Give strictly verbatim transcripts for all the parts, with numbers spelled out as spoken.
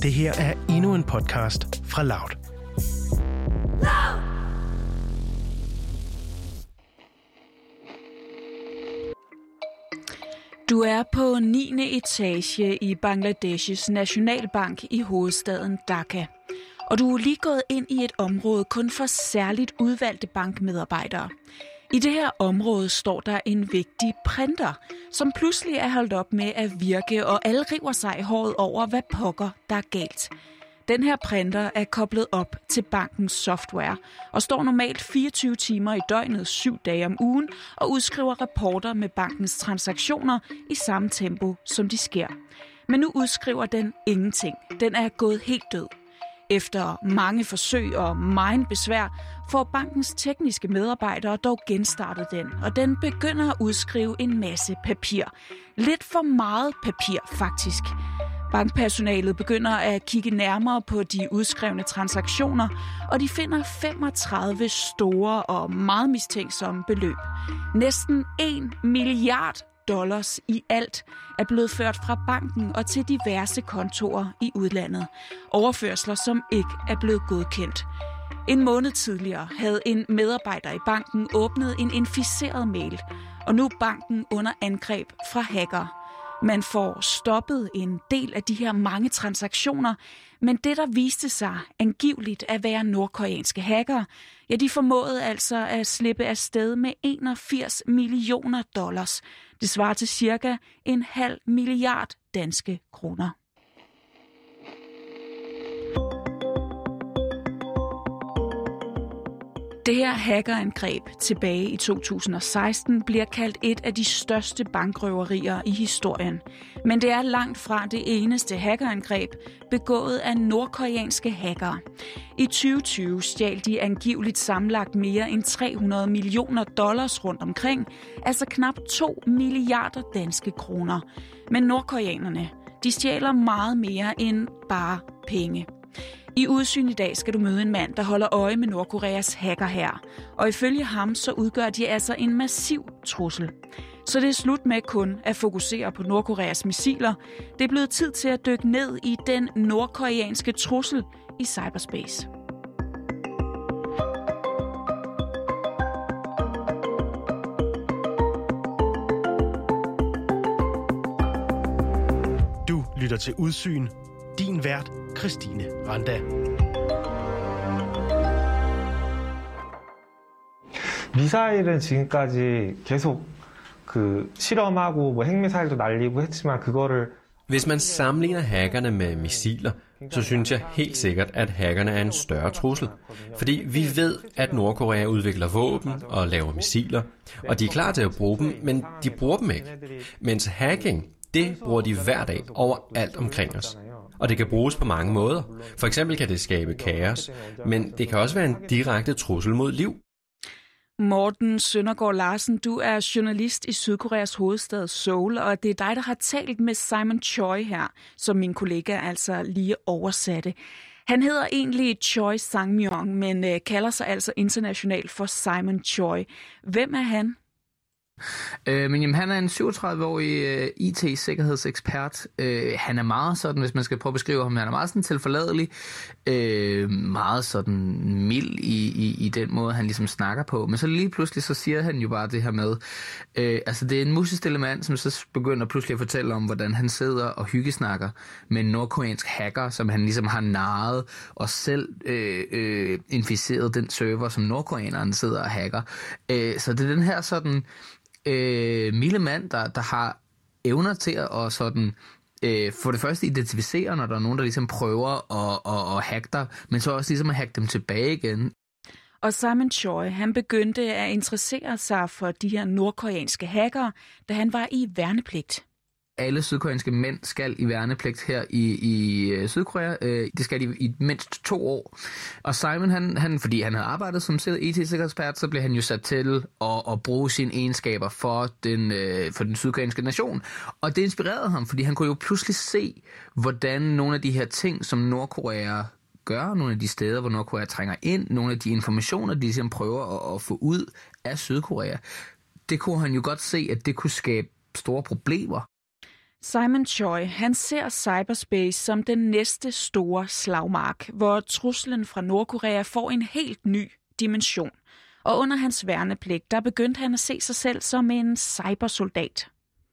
Det her er endnu en podcast fra Loud. Du er på niende etage i Bangladeshs nationalbank i hovedstaden Dhaka. Og du er lige gået ind i et område kun for særligt udvalgte bankmedarbejdere. I det her område står der en vigtig printer, som pludselig er holdt op med at virke, og alle river sig i håret over, hvad pokker der er galt. Den her printer er koblet op til bankens software og står normalt fireogtyve timer i døgnet, syv dage om ugen og udskriver rapporter med bankens transaktioner i samme tempo, som de sker. Men nu udskriver den ingenting. Den er gået helt død. Efter mange forsøg og meget besvær får bankens tekniske medarbejdere dog genstartet den, og den begynder at udskrive en masse papir. Lidt for meget papir, faktisk. Bankpersonalet begynder at kigge nærmere på de udskrevne transaktioner, og de finder femogtredive store og meget mistænksomme beløb. Næsten en milliard dollars i alt er blevet ført fra banken og til diverse kontorer i udlandet. Overførsler, som ikke er blevet godkendt. En måned tidligere havde en medarbejder i banken åbnet en inficeret mail, og nu er banken under angreb fra hacker. Man får stoppet en del af de her mange transaktioner, men det, der viste sig angiveligt at være nordkoreanske hackere, ja, de formåede altså at slippe afsted med enogfirs millioner dollars. Det svarer til cirka en halv milliard danske kroner. Det her hackerangreb tilbage i to tusind og seksten bliver kaldt et af de største bankrøverier i historien. Men det er langt fra det eneste hackerangreb begået af nordkoreanske hackere. I tyve tyve stjal de angiveligt sammenlagt mere end tre hundrede millioner dollars rundt omkring, altså knap to milliarder danske kroner. Men nordkoreanerne, de stjæler meget mere end bare penge. I Udsyn i dag skal du møde en mand, der holder øje med Nordkoreas hacker her. Og ifølge ham, så udgør de altså en massiv trussel. Så det er slut med kun at fokusere på Nordkoreas missiler. Det er blevet tid til at dykke ned i den nordkoreanske trussel i cyberspace. Du lytter til Udsyn. Din vært, Christine Randa. 미사일은 지금까지 계속 그 실험하고 뭐 핵미사일도 날리고 했지만 그거를 Hvis man sammenligner hackerne med missiler, så synes jeg helt sikkert, at hackerne er en større trussel. Fordi vi ved, at Nordkorea udvikler våben og laver missiler, og de er klar til at bruge dem, men de bruger dem ikke. Mens hacking, det bruger de hver dag overalt omkring os. Og det kan bruges på mange måder. For eksempel kan det skabe kaos, men det kan også være en direkte trussel mod liv. Morten Søndergaard Larsen, du er journalist i Sydkoreas hovedstad Seoul, og det er dig, der har talt med Simon Choi her, som min kollega altså lige oversatte. Han hedder egentlig Choi Sang-myung, men øh, kalder sig altså internationalt for Simon Choi. Hvem er han? Øh, men jamen, han er en syvogtredive-årig øh, I T-sikkerhedsekspert. Øh, han er meget sådan, hvis man skal prøve at beskrive ham, han er meget sådan tilforladelig, øh, meget sådan mild i, i, i den måde, han ligesom snakker på. Men så lige pludselig, så siger han jo bare det her med, øh, altså det er en musestille mand, som så begynder pludselig at fortælle om, hvordan han sidder og hyggesnakker med en nordkoreansk hacker, som han ligesom har narret og selv øh, øh, inficeret den server, som nordkoreaneren sidder og hacker. Øh, så det er den her sådan Øh, milde mand, der, der har evner til at sådan, øh, for det første identificere, når der er nogen, der ligesom prøver at, at, at hacke dig, men så også ligesom at hacke dem tilbage igen. Og Simon Choi, han begyndte at interessere sig for de her nordkoreanske hackere, da han var i værnepligt. Alle sydkoreanske mænd skal i værnepligt her i, i Sydkorea. Det skal de i mindst to år. Og Simon, han, han, fordi han havde arbejdet som I T-sikkerhedsekspert, så blev han jo sat til at, at bruge sine egenskaber for den, for den sydkoreanske nation. Og det inspirerede ham, fordi han kunne jo pludselig se, hvordan nogle af de her ting, som Nordkorea gør, nogle af de steder, hvor Nordkorea trænger ind, nogle af de informationer, de ligesom prøver at, at få ud af Sydkorea, det kunne han jo godt se, at det kunne skabe store problemer. Simon Choi, han ser cyberspace som den næste store slagmark, hvor truslen fra Nordkorea får en helt ny dimension. Og under hans værnepligt, der begyndte han at se sig selv som en cybersoldat.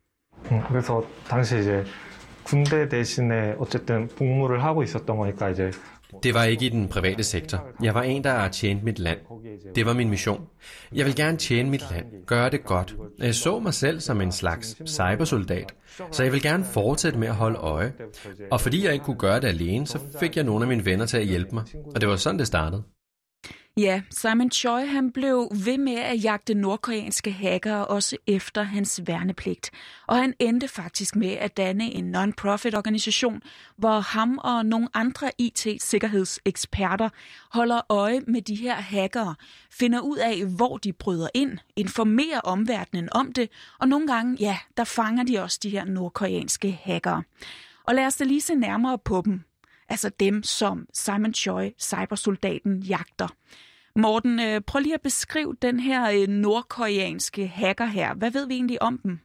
그래서 당시 이제 군대 대신에 어쨌든 복무를 하고 있었던 거니까 이제 Det var ikke i den private sektor. Jeg var en, der har tjent mit land. Det var min mission. Jeg vil gerne tjene mit land, gøre det godt. Jeg så mig selv som en slags cybersoldat, så jeg vil gerne fortsætte med at holde øje. Og fordi jeg ikke kunne gøre det alene, så fik jeg nogle af mine venner til at hjælpe mig. Og det var sådan, det startede. Ja, Simon Choi han blev ved med at jagte nordkoreanske hackere også efter hans værnepligt. Og han endte faktisk med at danne en non-profit organisation, hvor ham og nogle andre I T-sikkerhedseksperter holder øje med de her hackere, finder ud af, hvor de bryder ind, informerer omverdenen om det, og nogle gange, ja, der fanger de også de her nordkoreanske hackere. Og lad os da lige se nærmere på dem. Altså dem, som Simon Choi, cybersoldaten, jagter. Morten, prøv lige at beskrive den her nordkoreanske hacker her. Hvad ved vi egentlig om dem?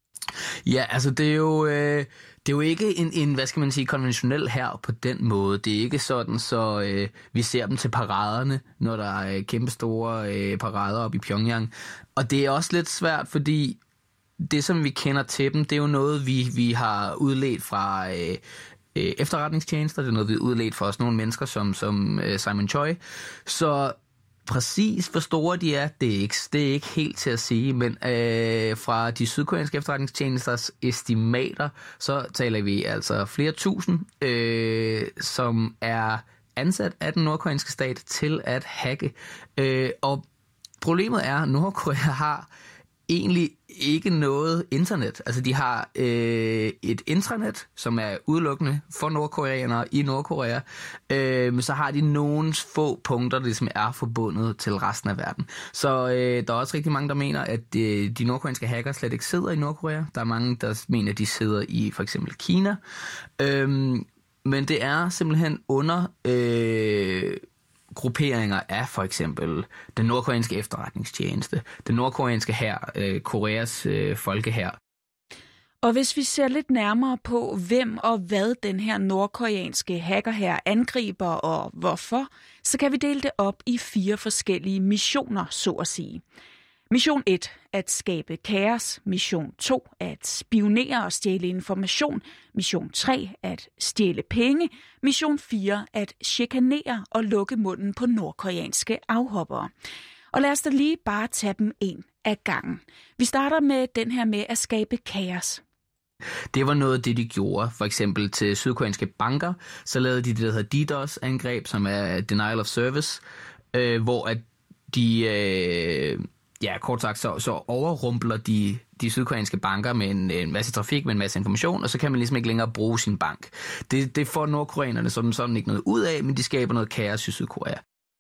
Ja, altså det er jo, øh, det er jo ikke en, en, hvad skal man sige, konventionel hær på den måde. Det er ikke sådan, så øh, vi ser dem til paraderne, når der er kæmpe store øh, parader op i Pyongyang. Og det er også lidt svært, fordi det, som vi kender til dem, det er jo noget, vi, vi har udledt fra Øh, efterretningstjenester. Det er noget, vi er udledt for os nogle mennesker som, som Simon Choi. Så præcis hvor store de er, det er ikke, det er ikke helt til at sige, men øh, fra de sydkoreanske efterretningstjenesters estimater, så taler vi altså flere tusind, øh, som er ansat af den nordkoreanske stat til at hacke. Øh, og problemet er, at Nordkorea har egentlig ikke noget internet. Altså de har øh, et intranet, som er udelukkende for nordkoreanere i Nordkorea, øh, men så har de nogle få punkter, der ligesom er forbundet til resten af verden. Så øh, der er også rigtig mange, der mener, at øh, de nordkoreanske hackere slet ikke sidder i Nordkorea. Der er mange, der mener, at de sidder i for eksempel Kina. Øh, men det er simpelthen under Øh, grupperinger af for eksempel den nordkoreanske efterretningstjeneste, den nordkoreanske hær, øh, Koreas øh, folkehær. Og hvis vi ser lidt nærmere på, hvem og hvad den her nordkoreanske hacker her angriber og hvorfor, så kan vi dele det op i fire forskellige missioner, så at sige. Mission et, at skabe kaos. Mission to, at spionere og stjæle information. Mission tre, at stjæle penge. Mission fire, at chikanere og lukke munden på nordkoreanske afhoppere. Og lad os da lige bare tage dem en af gangen. Vi starter med den her med at skabe kaos. Det var noget af det, de gjorde. For eksempel til sydkoreanske banker, så lavede de det, der hedder DDoS-angreb, som er Denial of Service, øh, hvor at de... Øh, Ja, kort sagt, så, så overrumpler de, de sydkoreanske banker med en, en masse trafik, med en masse information, og så kan man ligesom ikke længere bruge sin bank. Det, det får nordkoreanerne sådan, sådan ikke noget ud af, men de skaber noget kaos i Sydkorea.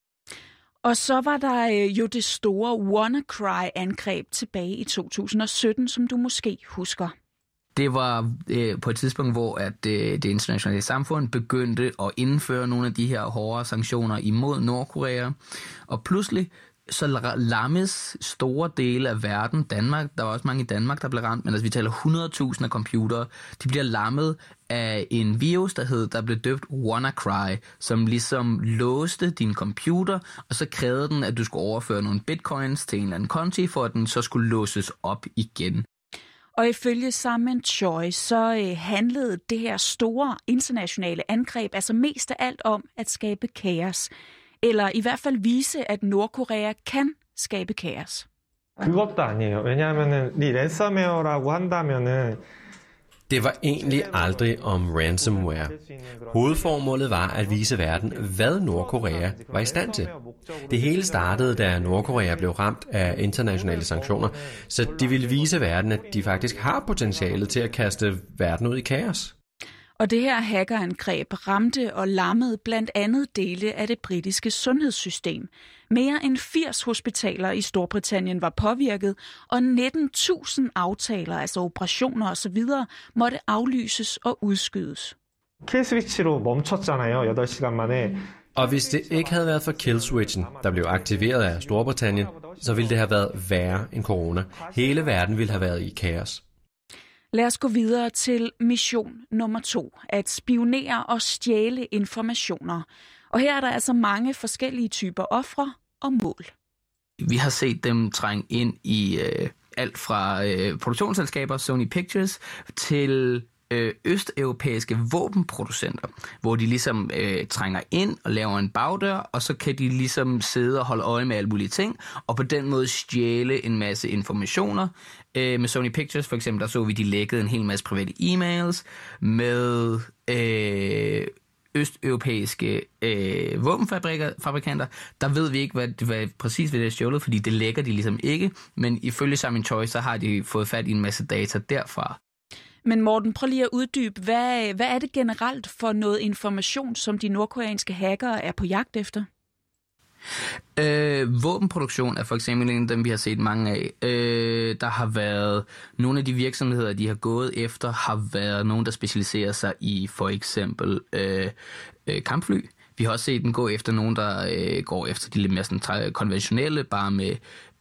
Og så var der øh, jo det store WannaCry-angreb tilbage i to tusind og sytten, som du måske husker. Det var øh, på et tidspunkt, hvor at, øh, det internationale samfund begyndte at indføre nogle af de her hårde sanktioner imod Nordkorea, og pludselig så lammes store dele af verden. Danmark, der var også mange i Danmark, der blev ramt, men altså vi taler hundrede tusind af computere. De bliver lammet af en virus, der hed, der blev døbt WannaCry, som ligesom låste din computer, og så krævede den, at du skulle overføre nogle bitcoins til en eller anden konti, for at den så skulle låses op igen. Og ifølge Simon Choi, så øh, handlede det her store internationale angreb altså mest af alt om at skabe kaos. Eller i hvert fald vise, at Nordkorea kan skabe kaos. 그것도 아니에요. 왜냐하면은 이 랜섬웨어라고 한다면은 Det var egentlig aldrig om ransomware. Hovedformålet var at vise verden, hvad Nordkorea var i stand til. Det hele startede, da Nordkorea blev ramt af internationale sanktioner, så de ville vise verden, at de faktisk har potentialet til at kaste verden ud i kaos. Og det her hackerangreb ramte og lammede blandt andet dele af det britiske sundhedssystem. Mere end firs hospitaler i Storbritannien var påvirket, og nitten tusind aftaler, altså operationer osv., måtte aflyses og udskydes. 킬스위치로 멈췄잖아요. 여덟 시간 만에. Og hvis det ikke havde været for killswitchen, der blev aktiveret af Storbritannien, så ville det have været værre end corona. Hele verden ville have været i kaos. Lad os gå videre til mission nummer to, at spionere og stjæle informationer. Og her er der altså mange forskellige typer ofre og mål. Vi har set dem trænge ind i øh, alt fra øh, produktionsselskaber, Sony Pictures, til øh, østeuropæiske våbenproducenter, hvor de ligesom øh, trænger ind og laver en bagdør, og så kan de ligesom sidde og holde øje med alle mulige ting, og på den måde stjæle en masse informationer. Øh, med Sony Pictures for eksempel, der så vi, de lækkede en hel masse private e-mails med Øh, østeuropæiske øh, våbenfabrikanter. Der ved vi ikke, hvad, hvad præcis hvad det er stjålet, fordi det lægger de ligesom ikke, men ifølge Simon Choi, så har de fået fat i en masse data derfra. Men Morten, prøv lige at uddybe, hvad, hvad er det generelt for noget information, som de nordkoreanske hackere er på jagt efter? Øh, våbenproduktion er for eksempel en af dem, vi har set mange af. Øh, der har været nogle af de virksomheder, de har gået efter, har været nogen, der specialiserer sig i for eksempel øh, øh, kampfly. Vi har også set dem gå efter nogen, der øh, går efter de lidt mere sådan, konventionelle, bare med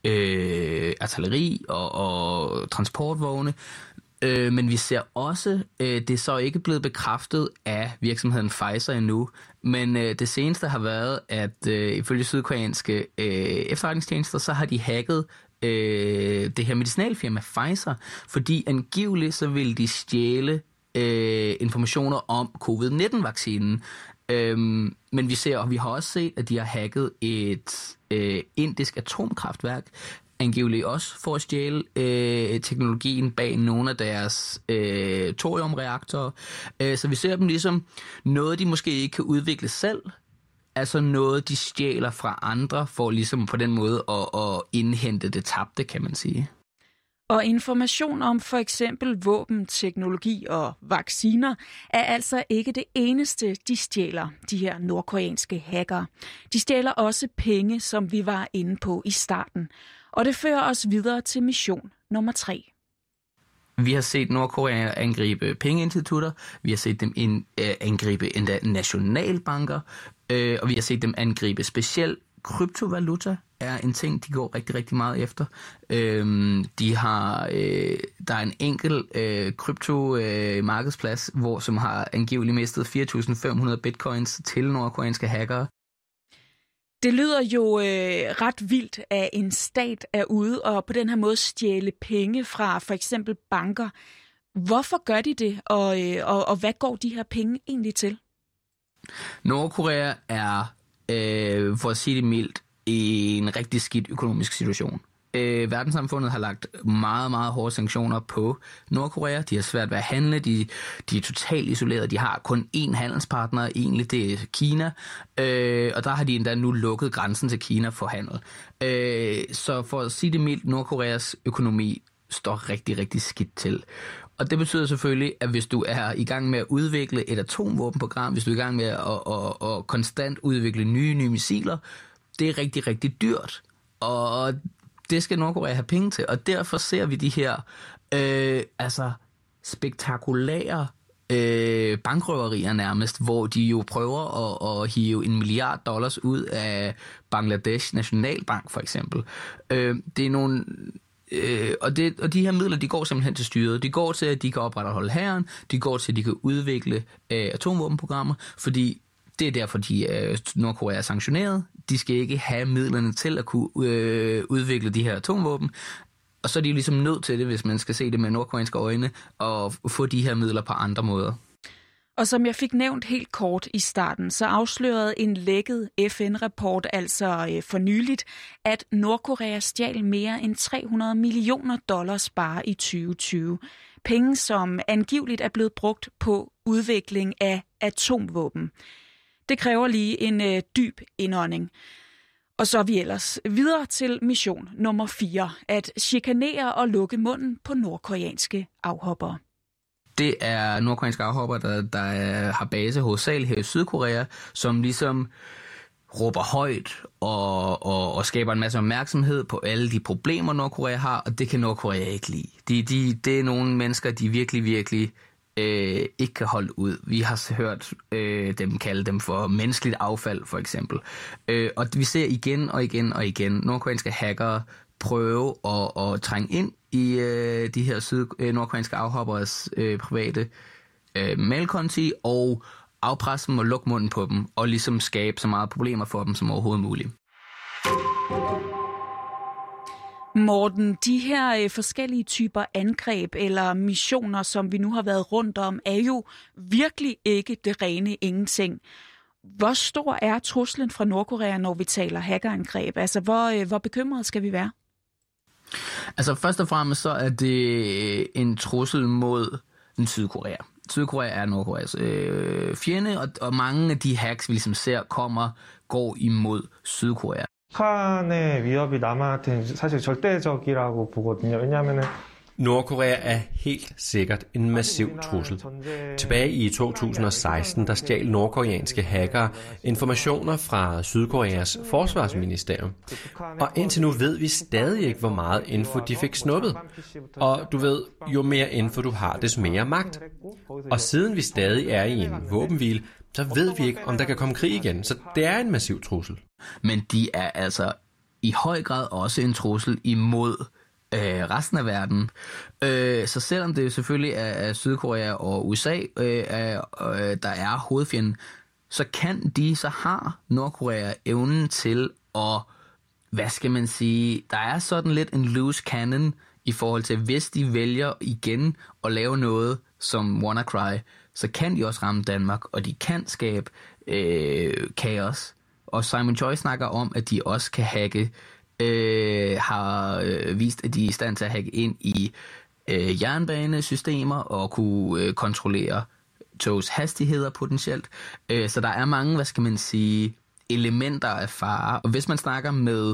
øh, artilleri og, og transportvogne. Øh, men vi ser også, øh, det er så ikke blevet bekræftet af virksomheden Pfizer endnu, men øh, det seneste har været, at øh, ifølge sydkoreanske øh, efterretningstjenester, så har de hacket øh, det her medicinalfirma Pfizer, fordi angiveligt så vil de stjæle øh, informationer om covid nitten-vaccinen. Øh, men vi ser, og vi har også set, at de har hacket et øh, indisk atomkraftværk, angiveligt også for at stjæle øh, teknologien bag nogle af deres øh, thoriumreaktorer. Øh, så vi ser dem ligesom noget, de måske ikke kan udvikle selv, altså noget, de stjæler fra andre, for ligesom på den måde at, at indhente det tabte, kan man sige. Og information om for eksempel våben, teknologi og vacciner er altså ikke det eneste, de stjæler, de her nordkoreanske hackere. De stjæler også penge, som vi var inde på i starten. Og det fører os videre til mission nummer tre. Vi har set Nordkorea angribe pengeinstitutter, vi har set dem ind, øh, angribe endda nationalbanker, øh, og vi har set dem angribe specielt kryptovaluta er en ting, de går rigtig, rigtig meget efter. Øh, de har, øh, der er en enkelt øh, krypto-markedsplads, øh, hvor som har angiveligt mistet fire tusind fem hundrede bitcoins til nordkoreanske hackere. Det lyder jo øh, ret vildt, at en stat er ude og på den her måde stjæle penge fra for eksempel banker. Hvorfor gør de det, og, øh, og, og hvad går de her penge egentlig til? Nordkorea er, øh, for at sige det mildt, i en rigtig skidt økonomisk situation. Øh, verdenssamfundet har lagt meget, meget hårde sanktioner på Nordkorea. De har svært ved at handle, de, de er totalt isoleret. De har kun én handelspartner, egentlig det er Kina. Øh, og der har de endda nu lukket grænsen til Kina for handel. Øh, så for at sige det mildt, Nordkoreas økonomi står rigtig, rigtig skidt til. Og det betyder selvfølgelig, at hvis du er i gang med at udvikle et atomvåbenprogram, hvis du er i gang med at, at, at, at konstant udvikle nye, nye missiler, det er rigtig, rigtig dyrt. Og det skal Nordkorea have penge til, og derfor ser vi de her øh, altså spektakulære øh, bankrøverier nærmest, hvor de jo prøver at, at hive en milliard dollars ud af Bangladesh Nationalbank for eksempel. Øh, det er nogle øh, og, det, og de her midler, de går simpelthen til styret. De går til, at de kan opretholde hæren, de går til, at de kan udvikle øh, atomvåbenprogrammer, fordi det er derfor, de er Nordkorea er sanktioneret. De skal ikke have midlerne til at kunne øh, udvikle de her atomvåben. Og så er de jo ligesom nødt til det, hvis man skal se det med nordkoreanske øjne, og få de her midler på andre måder. Og som jeg fik nævnt helt kort i starten, så afslørede en lækket F N-rapport altså øh, for nyligt, at Nordkorea stjal mere end tre hundrede millioner dollars bare i tyve tyve. Penge, som angiveligt er blevet brugt på udvikling af atomvåben. Det kræver lige en øh, dyb indånding. Og så er vi ellers videre til mission nummer fire, at chikanere og lukke munden på nordkoreanske afhoppere. Det er nordkoreanske afhoppere, der, der er, har base hovedsageligt her i Sydkorea, som ligesom råber højt og, og, og skaber en masse opmærksomhed på alle de problemer, Nordkorea har, og det kan Nordkorea ikke lide. De, de, det er nogle mennesker, de virkelig, virkelig Øh, ikke kan holde ud. Vi har hørt øh, dem kalde dem for menneskeligt affald, for eksempel. Øh, og vi ser igen og igen og igen nordkoreanske hackere, prøve at, at trænge ind i øh, de her syd, øh, nordkoreanske afhopperes øh, private øh, mailkonti og afpresse dem og lukke munden på dem og ligesom skabe så meget problemer for dem som overhovedet muligt. Morten, de her øh, forskellige typer angreb eller missioner, som vi nu har været rundt om, er jo virkelig ikke det rene ingenting. Hvor stor er truslen fra Nordkorea, når vi taler hackerangreb? Altså, hvor, øh, hvor bekymret skal vi være? Altså, først og fremmest så er det en trussel mod den Sydkorea. Sydkorea er Nordkoreas øh, fjende, og, og mange af de hacks, vi ligesom ser, kommer, går imod Sydkorea. 북한의 위협이 남한테는 사실 절대적이라고 보거든요. 왜냐하면은 Nordkorea er helt sikkert en massiv trussel. Tilbage i to tusind og seksten, der stjal nordkoreanske hackere informationer fra Sydkoreas forsvarsministerium. Og indtil nu ved vi stadig ikke, hvor meget info de fik snuppet. Og du ved, jo mere info du har, des mere magt. Og siden vi stadig er i en våbenhvile, så ved vi ikke, om der kan komme krig igen. Så det er en massiv trussel. Men de er altså i høj grad også en trussel imod Øh, resten af verden. Øh, så selvom det selvfølgelig er, er Sydkorea og U S A, øh, er, øh, der er hovedfjenden, så kan de, så har Nordkorea evnen til at, hvad skal man sige, der er sådan lidt en loose cannon i forhold til, hvis de vælger igen at lave noget som WannaCry, så kan de også ramme Danmark, og de kan skabe øh, kaos. Og Simon Choi snakker om, at de også kan hacke Øh, har øh, vist, at de er i stand til at hacke ind i øh, jernbanesystemer og kunne øh, kontrollere togs hastigheder potentielt. Øh, så der er mange, hvad skal man sige, elementer af fare. Og hvis man snakker med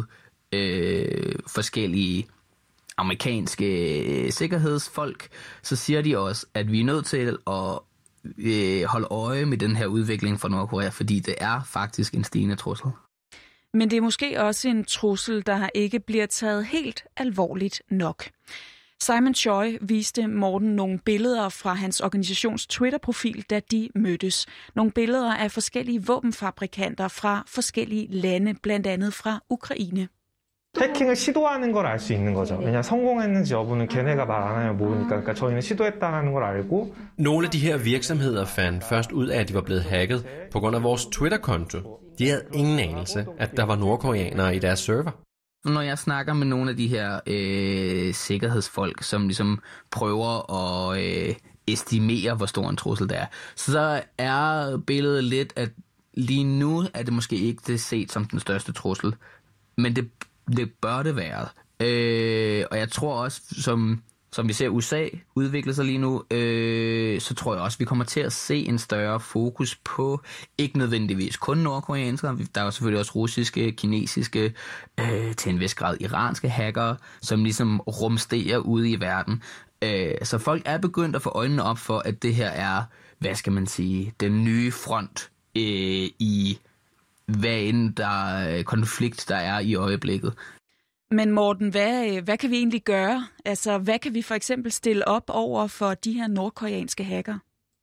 øh, forskellige amerikanske øh, sikkerhedsfolk, så siger de også, at vi er nødt til at øh, holde øje med den her udvikling fra Nordkorea, fordi det er faktisk en stigende trussel. Men det er måske også en trussel, der ikke bliver taget helt alvorligt nok. Simon Choi viste Morten nogle billeder fra hans organisations Twitter-profil, da de mødtes. Nogle billeder af forskellige våbenfabrikanter fra forskellige lande, blandt andet fra Ukraine. 해킹을 시도하는 걸 알 수 있는 거죠. 왜냐 성공했는지 여부는 걔네가 말 안 하면 모르니까. 그러니까 저희는 시도했다라는 걸 알고. Nogle af de her virksomheder fandt først ud af, at de var blevet hacket på grund af vores Twitter-konto. De havde ingen anelse, at der var nordkoreanere i deres server. Når jeg snakker med nogle af de her øh, sikkerhedsfolk, som ligesom prøver at øh, estimere, hvor stor en trussel det er, så er billedet lidt, at lige nu er det måske ikke det set som den største trussel, men det Det bør det være. Øh, og jeg tror også, som, som vi ser U S A udvikle sig lige nu, øh, så tror jeg også, vi kommer til at se en større fokus på, ikke nødvendigvis kun nordkoreanske, der er jo selvfølgelig også russiske, kinesiske, øh, til en vis grad iranske hackere, som ligesom rumsterer ude i verden. Øh, så folk er begyndt at få øjnene op for, at det her er, hvad skal man sige, den nye front øh, i hvad end der konflikt, der er i øjeblikket. Men Morten, hvad, hvad kan vi egentlig gøre? Altså, hvad kan vi for eksempel stille op over for de her nordkoreanske hacker?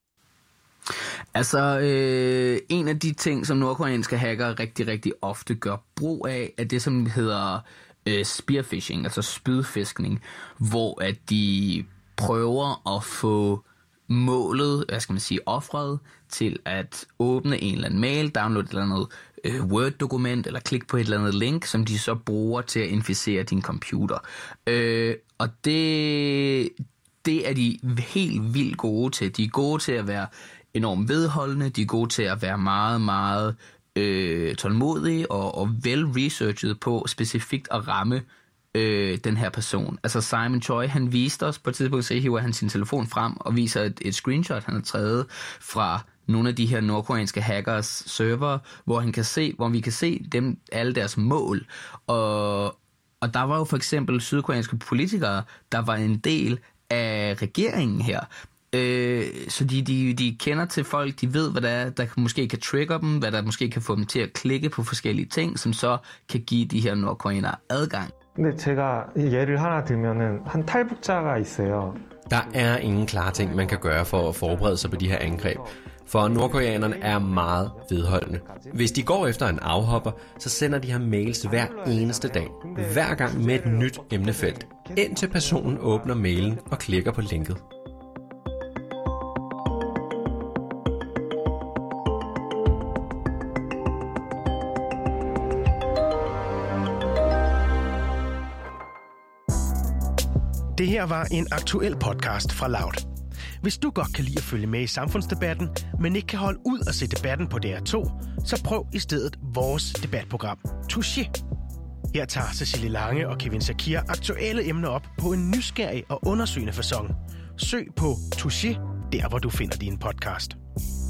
Altså, øh, en af de ting, som nordkoreanske hacker rigtig, rigtig ofte gør brug af, er det, som hedder øh, spearfishing, altså spydfiskning, hvor at de prøver at få målet, hvad skal man sige, offret til at åbne en eller anden mail, downloade et eller andet øh, Word-dokument, eller klikke på et eller andet link, som de så bruger til at inficere din computer. Øh, og det, det er de helt vildt gode til. De er gode til at være enormt vedholdende, de er gode til at være meget, meget øh, tålmodige og, og vel-researchet på specifikt at ramme Øh, den her person. Altså Simon Choi, han viste os på et tidspunkt, så hiver han sin telefon frem og viser et, et screenshot, han har taget fra nogle af de her nordkoreanske hackers server, hvor han kan se, hvor vi kan se dem, alle deres mål. Og, og der var jo for eksempel sydkoreanske politikere, der var en del af regeringen her. Øh, så de, de, de kender til folk, de ved, hvad der er, der måske kan trigger dem, hvad der måske kan få dem til at klikke på forskellige ting, som så kan give de her nordkoreanere adgang. 근데 제가 예를 하나 들면은 한 탈북자가 있어요. Der er ingen klare ting, man kan gøre for at forberede sig på de her angreb. For nordkoreanerne er meget vedholdende. Hvis de går efter en afhopper, så sender de ham mails hver eneste dag. Hver gang med et nyt emnefelt. Indtil personen åbner mailen og klikker på linket. Det her var en aktuel podcast fra Loud. Hvis du godt kan lide at følge med i samfundsdebatten, men ikke kan holde ud at se debatten på D R to, så prøv i stedet vores debatprogram, Touché. Her tager Cecilie Lange og Kevin Shakir aktuelle emner op på en nysgerrig og undersøgende facon. Søg på Touché, der hvor du finder din podcast.